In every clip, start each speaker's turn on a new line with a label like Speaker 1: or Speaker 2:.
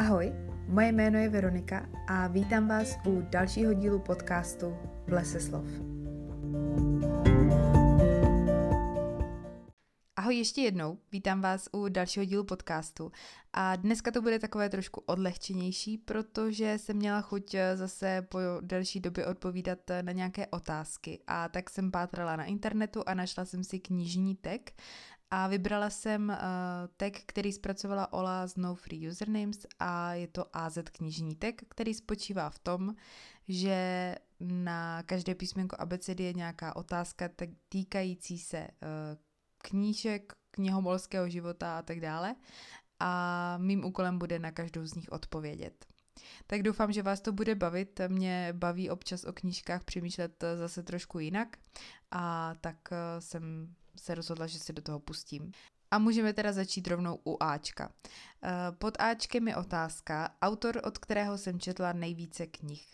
Speaker 1: Ahoj, moje jméno je Veronika a vítám vás u dalšího dílu podcastu V lese slov. Ahoj ještě jednou, vítám vás u dalšího dílu podcastu a dneska to bude takové trošku odlehčenější, protože jsem měla chuť zase po delší době odpovídat na nějaké otázky a tak jsem pátrala na internetu a našla jsem si knižní tag a vybrala jsem tag, který zpracovala Ola z No Free Usernames a je to AZ knižní tag, který spočívá v tom, že na každé písmenko abecedy je nějaká otázka týkající se knížek, knihomolského života a tak dále a mým úkolem bude na každou z nich odpovědět. Tak doufám, že vás to bude bavit, mě baví občas o knížkách přemýšlet zase trošku jinak a tak jsem se rozhodla, že se do toho pustím. A můžeme teda začít rovnou u Ačka. Pod Ačkem je otázka, autor, od kterého jsem četla nejvíce knih.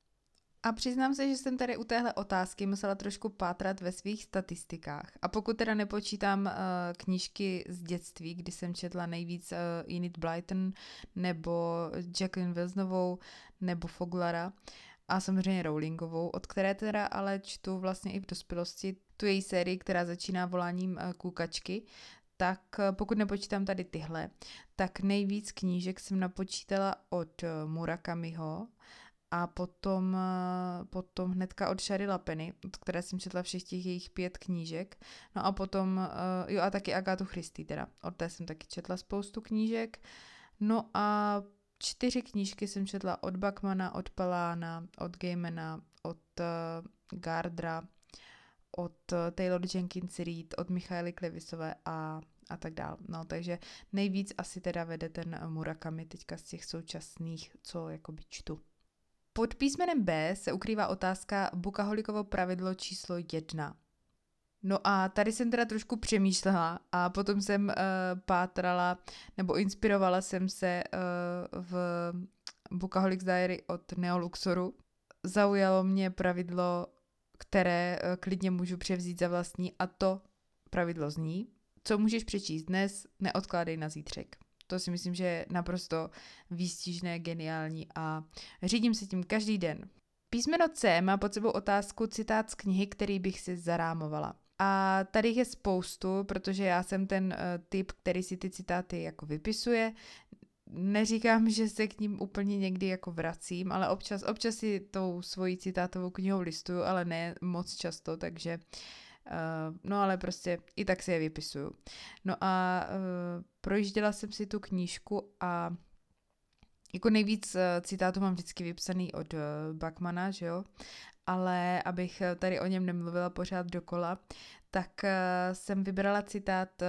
Speaker 1: A přiznám se, že jsem tady u téhle otázky musela trošku pátrat ve svých statistikách. A pokud teda nepočítám knížky z dětství, kdy jsem četla nejvíc Enid Blyton, nebo Jacqueline Wilsonovou, nebo Foglara, a samozřejmě Rowlingovou, od které teda ale čtu vlastně i v dospělosti tu její sérii, která začíná voláním Kukačky, tak pokud nepočítám tady tyhle, tak nejvíc knížek jsem napočítala od Murakamiho, a potom hnedka od Shary Lapeny, od které jsem četla všech těch jejich 5 knížek. No a potom, a taky Agátu Christie teda, od té jsem taky četla spoustu knížek. No a 4 knížky jsem četla od Bachmana, od Palána, od Gaimana, od Gardra, od Taylor Jenkins Reid, od Michaely Klevisové a tak dál. No, takže nejvíc asi teda vede ten Murakami teďka z těch současných, co jakoby čtu. Pod písmenem B se ukrývá otázka Bookaholicovo pravidlo číslo 1. No a tady jsem teda trošku přemýšlela a potom jsem pátrala, nebo inspirovala jsem se v Bookaholics Diary od Neoluxoru. Zaujalo mě pravidlo, které klidně můžu převzít za vlastní, a to pravidlo zní, co můžeš přečíst dnes, neodkládej na zítřek. To si myslím, že je naprosto výstižné, geniální a řídím se tím každý den. Písmeno C má pod sebou otázku citát z knihy, který bych si zarámovala. A tady je spoustu, protože já jsem ten typ, který si ty citáty jako vypisuje. Neříkám, že se k ním úplně někdy jako vracím, ale občas si tou svojí citátovou knihou listuju, ale ne moc často, takže no ale prostě i tak si je vypisuju. No a projížděla jsem si tu knížku a jako nejvíc citátů mám vždycky vypsaný od Bachmana, že jo? Ale abych tady o něm nemluvila pořád dokola, tak jsem vybrala citát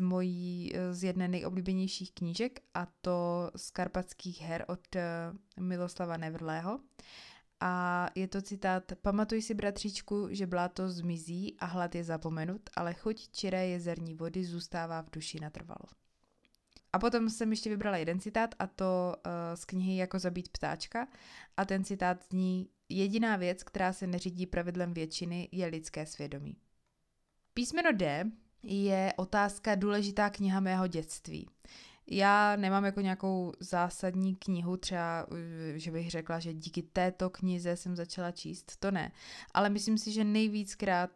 Speaker 1: z jedné nejoblíbenějších knížek, a to z Karpatských her od Miloslava Nevrlého. A je to citát: Pamatuj si, bratříčku, že bláto zmizí a hlad je zapomenut, ale chuť čiré jezerní vody zůstává v duši natrvalo. A potom jsem ještě vybrala jeden citát, a to z knihy Jako zabít ptáčka. A ten citát zní: Jediná věc, která se neřídí pravidlem většiny, je lidské svědomí. Písmeno D je otázka důležitá kniha mého dětství. Já nemám jako nějakou zásadní knihu, třeba, že bych řekla, že díky této knize jsem začala číst, to ne. Ale myslím si, že nejvíckrát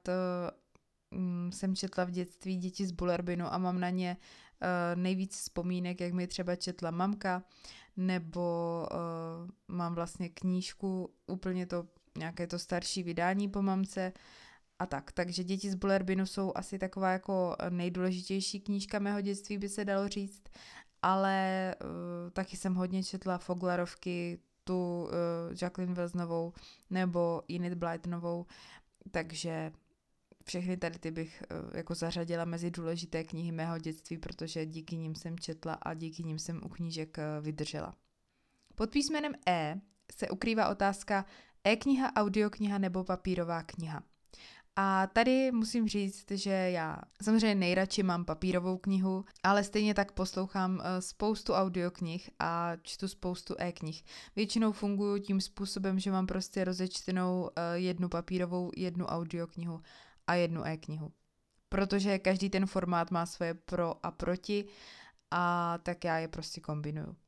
Speaker 1: jsem četla v dětství Děti z Bullerbinu a mám na ně nejvíc vzpomínek, jak mi třeba četla mamka, nebo mám vlastně knížku, úplně to nějaké to starší vydání po mamce a tak. Takže Děti z Bullerbinu jsou asi taková jako nejdůležitější knížka mého dětství, by se dalo říct, ale taky jsem hodně četla Foglarovky, tu Jacqueline Wilsonovou nebo Enid Blytonovou, takže všechny tady ty bych jako zařadila mezi důležité knihy mého dětství, protože díky nim jsem četla a díky nim jsem u knížek vydržela. Pod písmenem E se ukrývá otázka e-kniha, audiokniha nebo papírová kniha. A tady musím říct, že já samozřejmě nejradši mám papírovou knihu, ale stejně tak poslouchám spoustu audioknih a čtu spoustu e-knih. Většinou funguji tím způsobem, že mám prostě rozečtenou jednu papírovou, jednu audioknihu a jednu e-knihu. Protože každý ten formát má svoje pro a proti, a tak já je prostě kombinuju.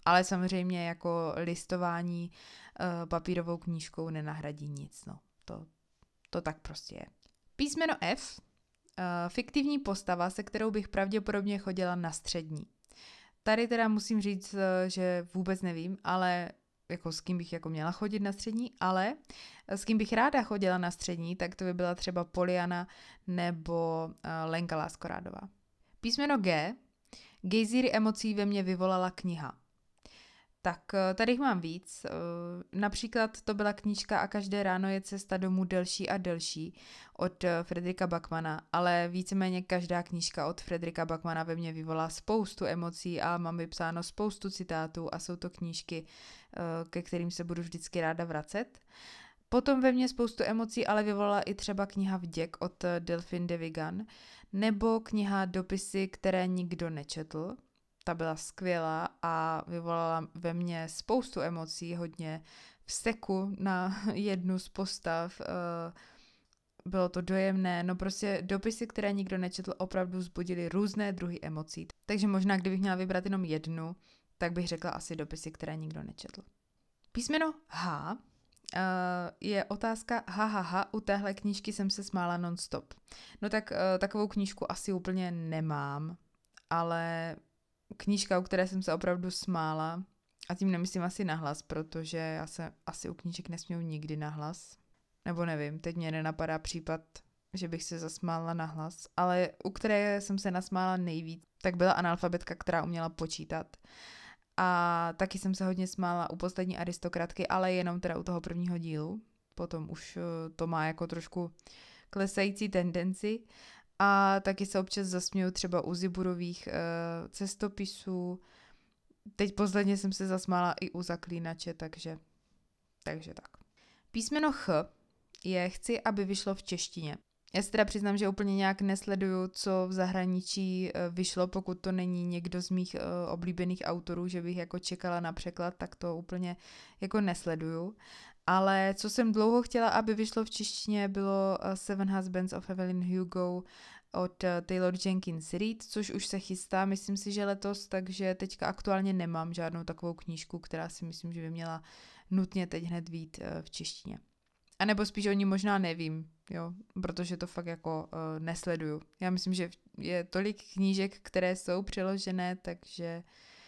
Speaker 1: Ale samozřejmě jako listování papírovou knížkou nenahradí nic, no. To tak prostě je. Písmeno F. Fiktivní postava, se kterou bych pravděpodobně chodila na střední. Tady teda musím říct, že vůbec nevím, ale jako s kým bych jako měla chodit na střední, ale s kým bych ráda chodila na střední, tak to by byla třeba Poliana nebo Lenka Láskorádová. Písmeno G. Gejzíry emocí ve mně vyvolala kniha. Tak tady jich mám víc. Například to byla knížka A každé ráno je cesta domů delší a delší od Fredrika Backmana, ale víceméně každá knížka od Fredrika Backmana ve mně vyvolá spoustu emocí a mám vypsáno spoustu citátů a jsou to knížky, ke kterým se budu vždycky ráda vracet. Potom ve mně spoustu emocí ale vyvolala i třeba kniha Vděk od Delphine de Vigan nebo kniha Dopisy, které nikdo nečetl. Ta byla skvělá a vyvolala ve mně spoustu emocí, hodně vzteku na jednu z postav. Bylo to dojemné, no prostě Dopisy, které nikdo nečetl, opravdu vzbudily různé druhy emocí. Takže možná, kdybych měla vybrat jenom jednu, tak bych řekla asi Dopisy, které nikdo nečetl. Písmeno H je otázka u téhle knížky jsem se smála non-stop. No tak takovou knížku asi úplně nemám, ale knížka, u které jsem se opravdu smála, a tím nemyslím asi nahlas, protože já se asi u knížek nesměju nikdy nahlas. Nebo nevím, teď mě nenapadá případ, že bych se zasmála nahlas, ale u které jsem se nasmála nejvíc, tak byla Analfabetka, která uměla počítat. A taky jsem se hodně smála u Poslední aristokratky, ale jenom teda u toho prvního dílu. Potom už to má jako trošku klesající tendenci. A taky se občas zasměju třeba u Ziburových cestopisů. Teď posledně jsem se zasmála i u Zaklínače, takže tak. Písmeno Ch je chci, aby vyšlo v češtině. Já si teda přiznám, že úplně nějak nesleduju, co v zahraničí vyšlo, pokud to není někdo z mých oblíbených autorů, že bych jako čekala na překlad, tak to úplně jako nesleduju. Ale co jsem dlouho chtěla, aby vyšlo v češtině, bylo Seven Husbands of Evelyn Hugo od Taylor Jenkins Reid, což už se chystá, myslím si, že letos, takže teďka aktuálně nemám žádnou takovou knížku, která si myslím, že by měla nutně teď hned vyjít v češtině. A nebo spíš o ní možná nevím, jo, protože to fakt jako nesleduju. Já myslím, že je tolik knížek, které jsou přeložené, takže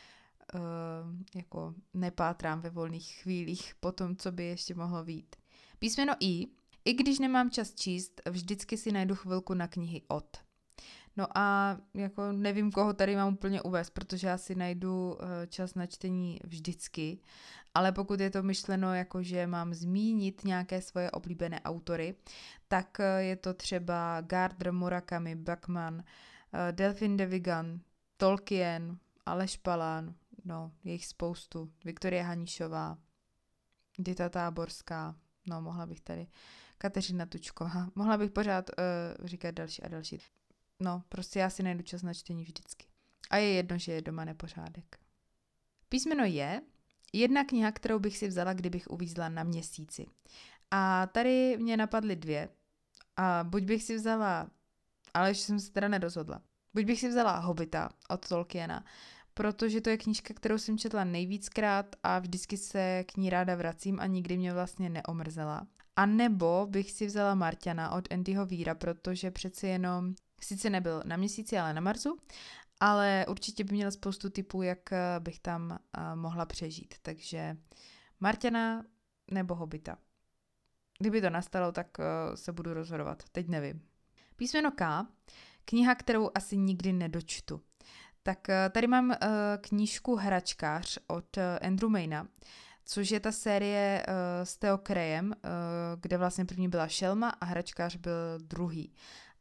Speaker 1: jako nepátrám ve volných chvílích po tom, co by ještě mohlo vyjít. Písmeno I. I když nemám čas číst, vždycky si najdu chvilku na knihy od. No a jako nevím, koho tady mám úplně uvést, protože já si najdu čas na čtení vždycky, ale pokud je to myšleno jako, že mám zmínit nějaké svoje oblíbené autory, tak je to třeba Gardner, Murakami, Backman, Delphine de Vigan, Tolkien, Aleš Palán, no, je jich spoustu, Viktoria Haníšová, Dita Táborská, no, mohla bych tady, Kateřina Tučková, mohla bych pořád říkat další a další. No, prostě já si najdu čas na čtení vždycky. A je jedno, že je doma nepořádek. Písmeno je jedna kniha, kterou bych si vzala, kdybych uvízla na měsíci. A tady mě napadly dvě. A buď bych si vzala, ale ještě jsem se teda nerozhodla, buď bych si vzala Hobita od Tolkiena, protože to je knížka, kterou jsem četla nejvíckrát a vždycky se k ní ráda vracím a nikdy mě vlastně neomrzela. A nebo bych si vzala Marťana od Andyho Weira, protože přeci jenom sice nebyl na měsíci, ale na Marsu, ale určitě by měl spoustu tipů, jak bych tam mohla přežít. Takže Marťana nebo Hobita. Kdyby to nastalo, tak se budu rozhodovat. Teď nevím. Písmeno K. Kniha, kterou asi nikdy nedočtu. Tak tady mám knížku Hračkář od Andrew Mayna, což je ta série s Theo Krayem, kde vlastně první byla Šelma a Hračkář byl druhý.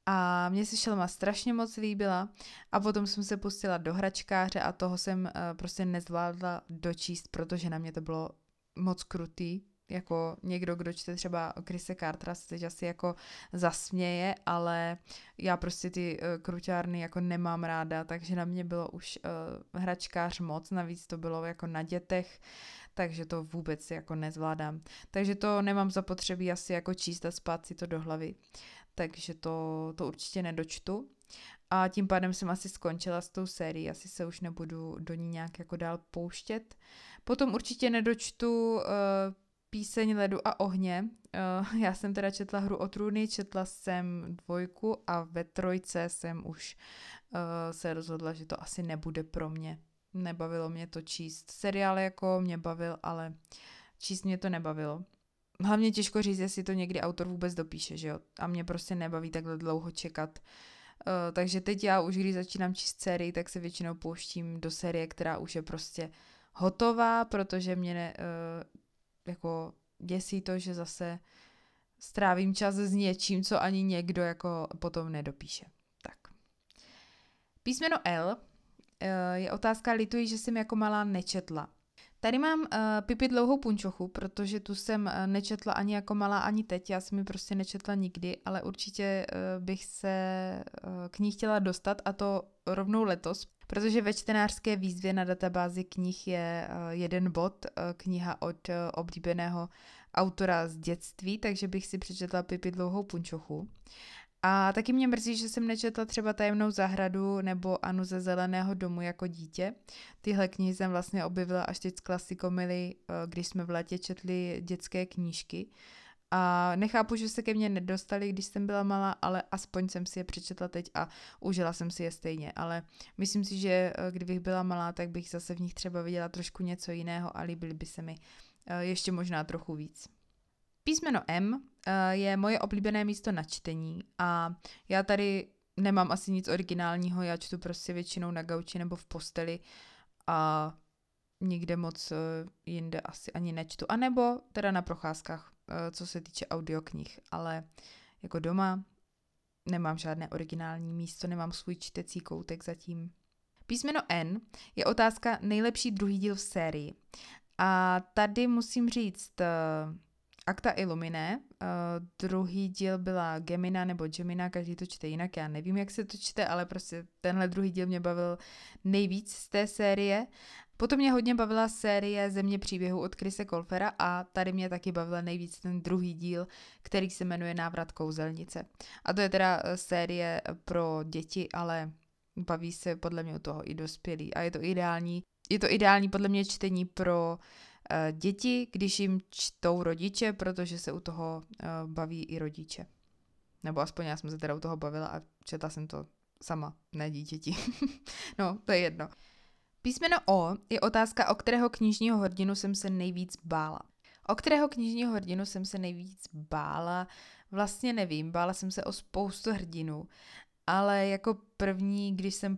Speaker 1: A mně se Šelma strašně moc líbila a potom jsem se pustila do Hračkáře a toho jsem prostě nezvládla dočíst, protože na mě to bylo moc krutý. Jako někdo, kdo čte třeba Chrise Cartera, se teď asi jako zasměje, ale já prostě ty kruťárny jako nemám ráda, takže na mě bylo už Hračkář moc, navíc to bylo jako na dětech, takže to vůbec jako nezvládám. Takže to nemám zapotřebí asi jako číst a spát si to do hlavy. takže to určitě nedočtu. A tím pádem jsem asi skončila s tou sérií, asi se už nebudu do ní nějak jako dál pouštět. Potom určitě nedočtu Píseň ledu a ohně. Já jsem teda četla Hru o trůny, četla jsem 2 a ve 3 jsem už se rozhodla, že to asi nebude pro mě. Nebavilo mě to číst. Seriál jako mě bavil, ale číst mě to nebavilo. Hlavně těžko říct, jestli to někdy autor vůbec dopíše, že jo? A mě prostě nebaví takhle dlouho čekat. Takže teď já už, když začínám číst sérii, tak se většinou pouštím do série, která už je prostě hotová, protože mě jako děsí to, že zase strávím čas s něčím, co ani někdo jako potom nedopíše. Tak. Písmeno L je otázka, lituji, že jsem jako malá nečetla. Tady mám Pipi dlouhou punčochu, protože tu jsem nečetla ani jako malá, ani teď. Já jsem ji prostě nečetla nikdy, ale určitě bych se k ní chtěla dostat, a to rovnou letos, protože ve čtenářské výzvě na databázi knih je 1 bod, kniha od oblíbeného autora z dětství, takže bych si přečetla Pipi dlouhou punčochu. A taky mě mrzí, že jsem nečetla třeba Tajemnou zahradu nebo Anu ze zeleného domu jako dítě. Tyhle knihy jsem vlastně objevila až teď z Klasikomily, když jsme v létě četli dětské knížky. A nechápu, že se ke mně nedostali, když jsem byla malá, ale aspoň jsem si je přečetla teď a užila jsem si je stejně. Ale myslím si, že kdybych byla malá, tak bych zase v nich třeba viděla trošku něco jiného a líbily by se mi ještě možná trochu víc. Písmeno M je moje oblíbené místo na čtení a já tady nemám asi nic originálního, já čtu prostě většinou na gauči nebo v posteli a nikde moc jinde asi ani nečtu. A nebo teda na procházkách, co se týče audioknih, ale jako doma nemám žádné originální místo, nemám svůj čtecí koutek zatím. Písmeno N je otázka nejlepší druhý díl v sérii. A tady musím říct Acta Illuminae, druhý díl byla Gemina nebo Gemina, každý to čte jinak, já nevím, jak se to čte, ale prostě tenhle druhý díl mě bavil nejvíc z té série. Potom mě hodně bavila série Země příběhů od Chrise Colfera a tady mě taky bavila nejvíc ten druhý díl, který se jmenuje Návrat kouzelnice. A to je teda série pro děti, ale baví se podle mě u toho i dospělí a je to ideální podle mě čtení pro děti, když jim čtou rodiče, protože se u toho baví i rodiče. Nebo aspoň já jsem se teda u toho bavila a četla jsem to sama, ne dítěti. No, to je jedno. Písmeno O je otázka, o kterého knižního hrdinu jsem se nejvíc bála. O kterého knižního hrdinu jsem se nejvíc bála? Vlastně nevím, bála jsem se o spoustu hrdinů, ale jako první, když jsem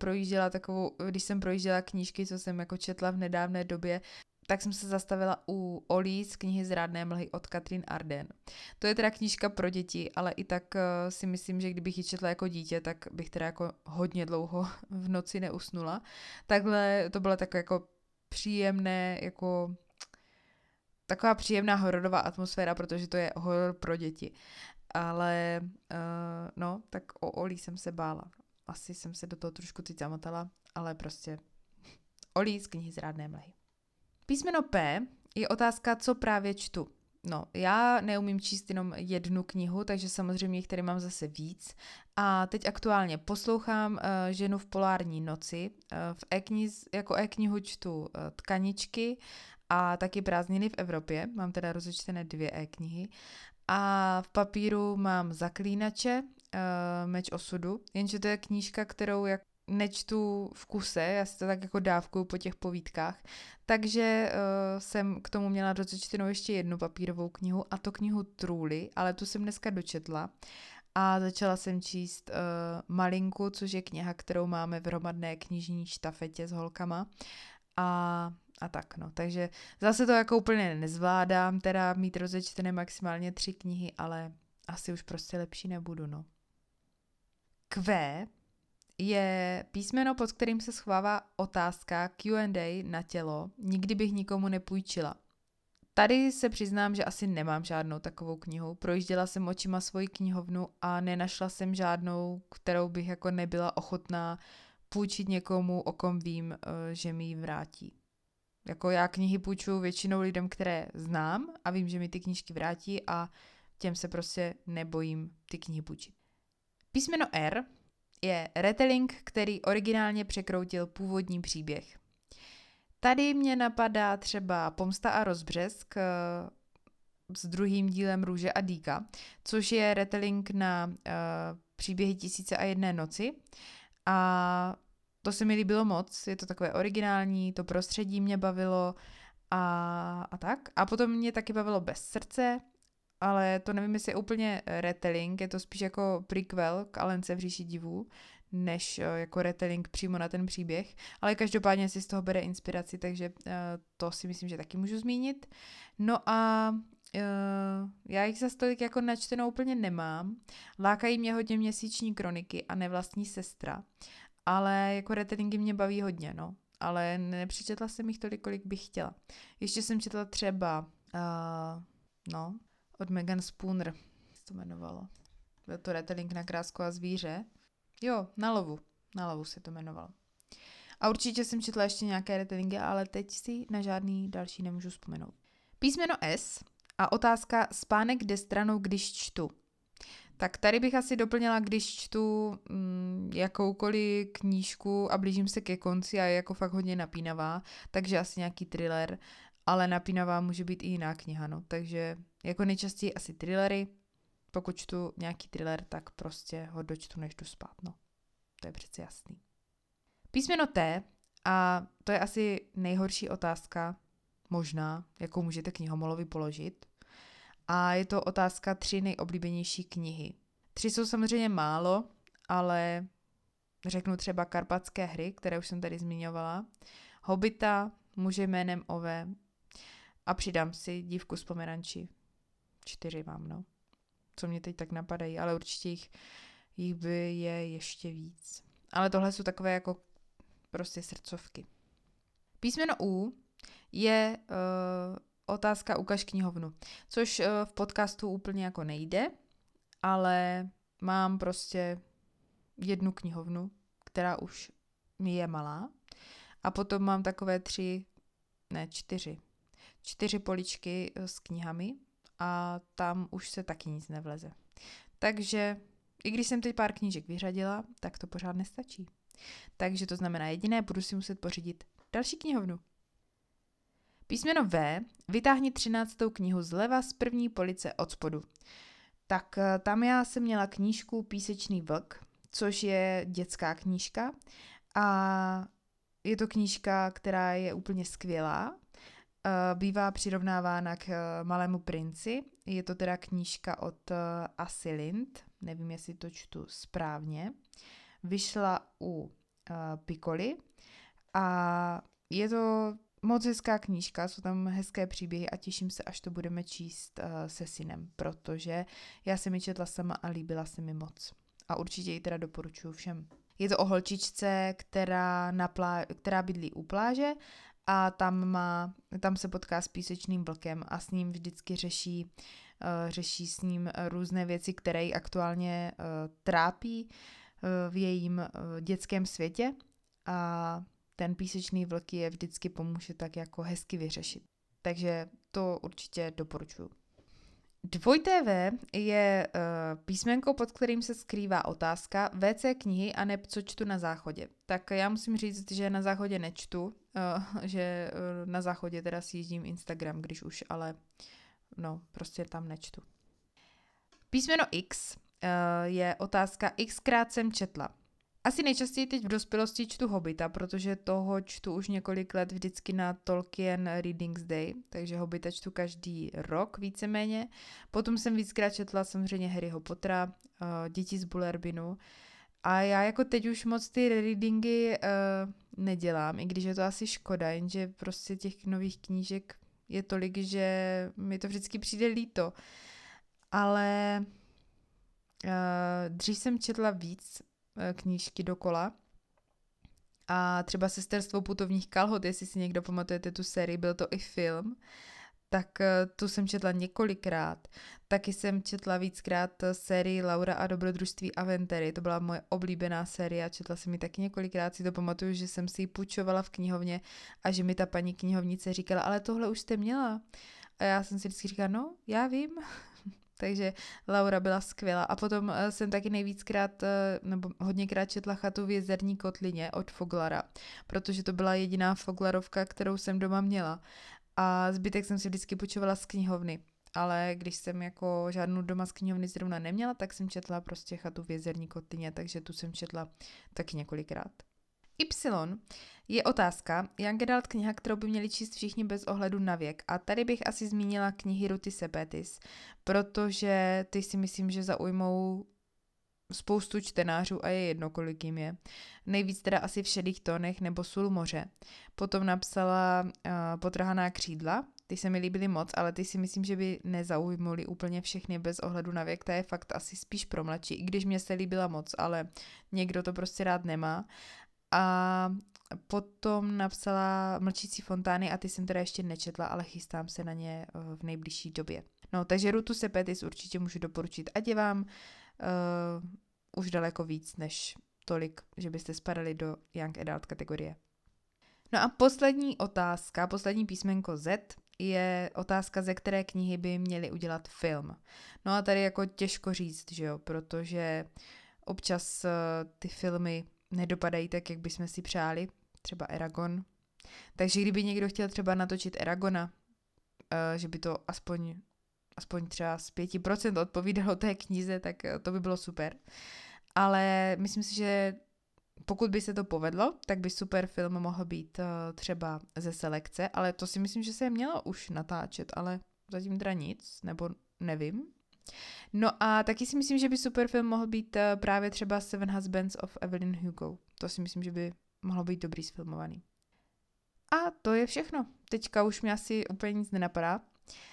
Speaker 1: projížděla knížky, co jsem jako četla v nedávné době, tak jsem se zastavila u Olí z knihy Zrádné mlhy od Katrin Arden. To je teda knížka pro děti, ale i tak si myslím, že kdybych ji četla jako dítě, tak bych teda jako hodně dlouho v noci neusnula. Takhle to byla taková jako příjemné, jako taková příjemná hororová atmosféra, protože to je horor pro děti. Ale no, tak o Olí jsem se bála. Asi jsem se do toho trošku teď zamotala, ale prostě Olí z knihy Zrádné mlhy. Písmeno P je otázka, co právě čtu. No, já neumím číst jenom 1 knihu, takže samozřejmě jich tady mám zase víc. A teď aktuálně poslouchám Ženu v polární noci. Jako e-knihu čtu Tkaničky a taky Prázdniny v Evropě. Mám teda rozečtené 2 e-knihy. A v papíru mám Zaklínače, Meč osudu, jenže to je knížka, kterou nečtu v kuse, já si to tak jako dávkuju po těch povídkách, takže jsem k tomu měla rozečtenou ještě 1 papírovou knihu, a to knihu Trůly, ale tu jsem dneska dočetla a začala jsem číst Malinku, což je kniha, kterou máme v hromadné knižní štafetě s holkama a tak no, takže zase to jako úplně nezvládám, teda mít rozečtené maximálně 3 knihy, ale asi už prostě lepší nebudu, no. Q je písmeno, pod kterým se schovává otázka Q&A na tělo. Nikdy bych nikomu nepůjčila. Tady se přiznám, že asi nemám žádnou takovou knihu. Projížděla jsem očima svoji knihovnu a nenašla jsem žádnou, kterou bych jako nebyla ochotná půjčit někomu, o kom vím, že mi ji vrátí. Jako já knihy půjčuju většinou lidem, které znám a vím, že mi ty knížky vrátí a těm se prostě nebojím ty knihy půjčit. Písmeno R je retelling, který originálně překroutil původní příběh. Tady mě napadá třeba Pomsta a rozbřesk s druhým dílem Růže a dýka, což je retelling na příběhy 1001 noci. A to se mi líbilo moc, je to takové originální, to prostředí mě bavilo a tak. A potom mě taky bavilo Bez srdce, ale to nevím, jestli je úplně retelling, je to spíš jako prequel k Alence v říši divů, než jako retelling přímo na ten příběh, ale každopádně si z toho bere inspiraci, takže to si myslím, že taky můžu zmínit. No a já jich zase tolik jako načtenou úplně nemám. Lákají mě hodně Měsíční kroniky a Nevlastní sestra, ale jako retellingy mě baví hodně, no. Ale nepřečetla jsem jich tolik, kolik bych chtěla. Ještě jsem četla třeba od Megan Spooner, jak se to jmenovalo. Byl to retelling na Krásku a zvíře. Jo, Na lovu se to jmenovalo. A určitě jsem četla ještě nějaké retellingy, ale teď si na žádný další nemůžu vzpomenout. Písmeno S a otázka spánek jde stranou, když čtu. Tak tady bych asi doplnila, když čtu jakoukoliv knížku a blížím se ke konci a je jako fakt hodně napínavá, takže asi nějaký thriller, ale napínavá může být i jiná kniha, no. Takže jako nejčastěji asi thrillery. Pokud čtu nějaký thriller, tak prostě ho dočtu, než jdu spát, no. To je přece jasný. Písmeno T, a to je asi nejhorší otázka, možná, jakou můžete knihomolovi položit. A je to otázka 3 nejoblíbenější knihy. 3 jsou samozřejmě málo, ale řeknu třeba Karpatské hry, které už jsem tady zmiňovala, Hobita, Muže jménem Ove a přidám si Dívku z Pomeranči. 4 mám, no. Co mě teď tak napadají, ale určitě jich by je ještě víc. Ale tohle jsou takové jako prostě srdcovky. Písmeno U je otázka ukaž knihovnu, což v podcastu úplně jako nejde, ale mám prostě jednu knihovnu, která už mi je malá a potom mám takové 4 poličky s knihami a tam už se taky nic nevleze. Takže i když jsem teď pár knížek vyřadila, tak to pořád nestačí. Takže to znamená jediné, budu si muset pořídit další knihovnu. Písmeno V, vytáhni 13. knihu zleva z první police od spodu. Tak tam já jsem měla knížku Písečný vlk, což je dětská knížka a je to knížka, která je úplně skvělá. Bývá přirovnávána k Malému princi. Je to teda knížka od Asi Lind, nevím, jestli to čtu správně. Vyšla u Piccoli a je to moc hezká knížka, jsou tam hezké příběhy a těším se, až to budeme číst se synem, protože já jsem ji četla sama a líbila se mi moc. A určitě ji teda doporučuji všem. Je to o holčičce, která bydlí u pláže a tam se potká s písečným vlkem a s ním vždycky řeší s ním různé věci, které ji aktuálně trápí v jejím dětském světě a ten písečný vlk je vždycky pomůže tak jako hezky vyřešit. Takže to určitě doporučuji. 2V je písmenko, pod kterým se skrývá otázka WC knihy a neb co čtu na záchodě. Tak já musím říct, že na záchodě nečtu, že na záchodě teda sjíždím Instagram, když už, ale no, prostě tam nečtu. Písmeno X je otázka xkrát jsem četla. Asi nejčastěji teď v dospělosti čtu Hobita, protože toho čtu už několik let vždycky na Tolkien Readings Day, takže Hobita čtu každý rok víceméně. Potom jsem víckrát četla samozřejmě Harryho Pottera, Děti z Bullerbinu a já jako teď už moc ty readingy nedělám, i když je to asi škoda, jenže prostě těch nových knížek je tolik, že mi to vždycky přijde líto. Ale dřív jsem četla víc knížky dokola a třeba Sesterstvo putovních kalhot, jestli si někdo pamatujete tu sérii, byl to i film, tak tu jsem četla několikrát. Taky jsem četla víckrát sérii Laura a dobrodružství Aventury, to byla moje oblíbená série a četla jsem ji taky několikrát, si to pamatuju, že jsem si ji půjčovala v knihovně a že mi ta paní knihovnice říkala, ale tohle už jste měla. A já jsem si vždycky říkala, no, já vím. takže Laura byla skvělá. A potom jsem taky nejvíckrát, nebo hodněkrát četla Chatu v jezerní kotlině od Foglara, protože to byla jediná Foglarovka, kterou jsem doma měla. A zbytek jsem si vždycky půjčovala z knihovny. Ale když jsem jako žádnou doma z knihovny zrovna neměla, tak jsem četla prostě Chatu v jezerní kotlině, takže tu jsem četla taky několikrát. Y je otázka, Young Adult kniha, kterou by měli číst všichni bez ohledu na věk. A tady bych asi zmínila knihy Ruty Sepetys, protože ty si myslím, že zaujmou spoustu čtenářů a je jedno, kolik jim je. Nejvíc teda asi v Šedých tónech nebo Sůl moře. Potom napsala Potrhaná křídla, ty se mi líbily moc, ale ty si myslím, že by nezaujmuly úplně všechny bez ohledu na věk, ta je fakt asi spíš pro mladší, i když mě se líbila moc, ale někdo to prostě rád nemá. A potom napsala Mlčící fontány a ty jsem teda ještě nečetla, ale chystám se na ně v nejbližší době. No, takže Rutu Sepetys určitě můžu doporučit, ať je vám už daleko víc než tolik, že byste spadali do Young Adult kategorie. No a poslední otázka, poslední písmenko Z je otázka, ze které knihy by měli udělat film. No a tady jako těžko říct, že jo, protože občas ty filmy nedopadají tak, jak bychom si přáli, třeba Eragon. Takže kdyby někdo chtěl třeba natočit Eragona, že by to aspoň třeba z 5% odpovídalo té knize, tak to by bylo super. Ale myslím si, že pokud by se to povedlo, tak by super film mohl být třeba ze selekce, ale to si myslím, že se mělo už natáčet, ale zatím teda nic, nebo nevím. No a taky si myslím, že by super film mohl být právě třeba Seven Husbands of Evelyn Hugo. To si myslím, že by mohlo být dobrý sfilmovaný. A to je všechno. Teďka už mě asi úplně nic nenapadá.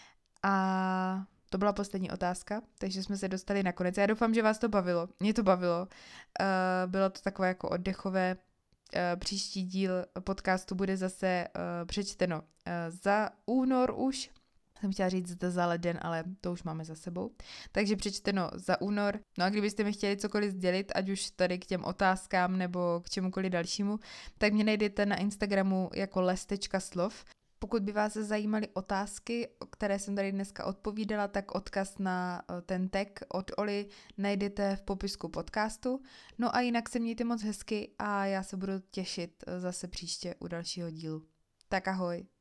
Speaker 1: A to byla poslední otázka, takže jsme se dostali na konec. Já doufám, že vás to bavilo. Mě to bavilo. Bylo to takové jako oddechové. Příští díl podcastu bude zase přečteno za únor už. Jsem chtěla říct za leden, ale to už máme za sebou. Takže přečteno za únor. No a kdybyste mi chtěli cokoliv sdělit, ať už tady k těm otázkám nebo k čemukoliv dalšímu, tak mě najdete na Instagramu jako les.slov. Pokud by vás zajímaly otázky, které jsem tady dneska odpovídala, tak odkaz na ten tag od Oli najdete v popisku podcastu. No a jinak se mějte moc hezky a já se budu těšit zase příště u dalšího dílu. Tak ahoj.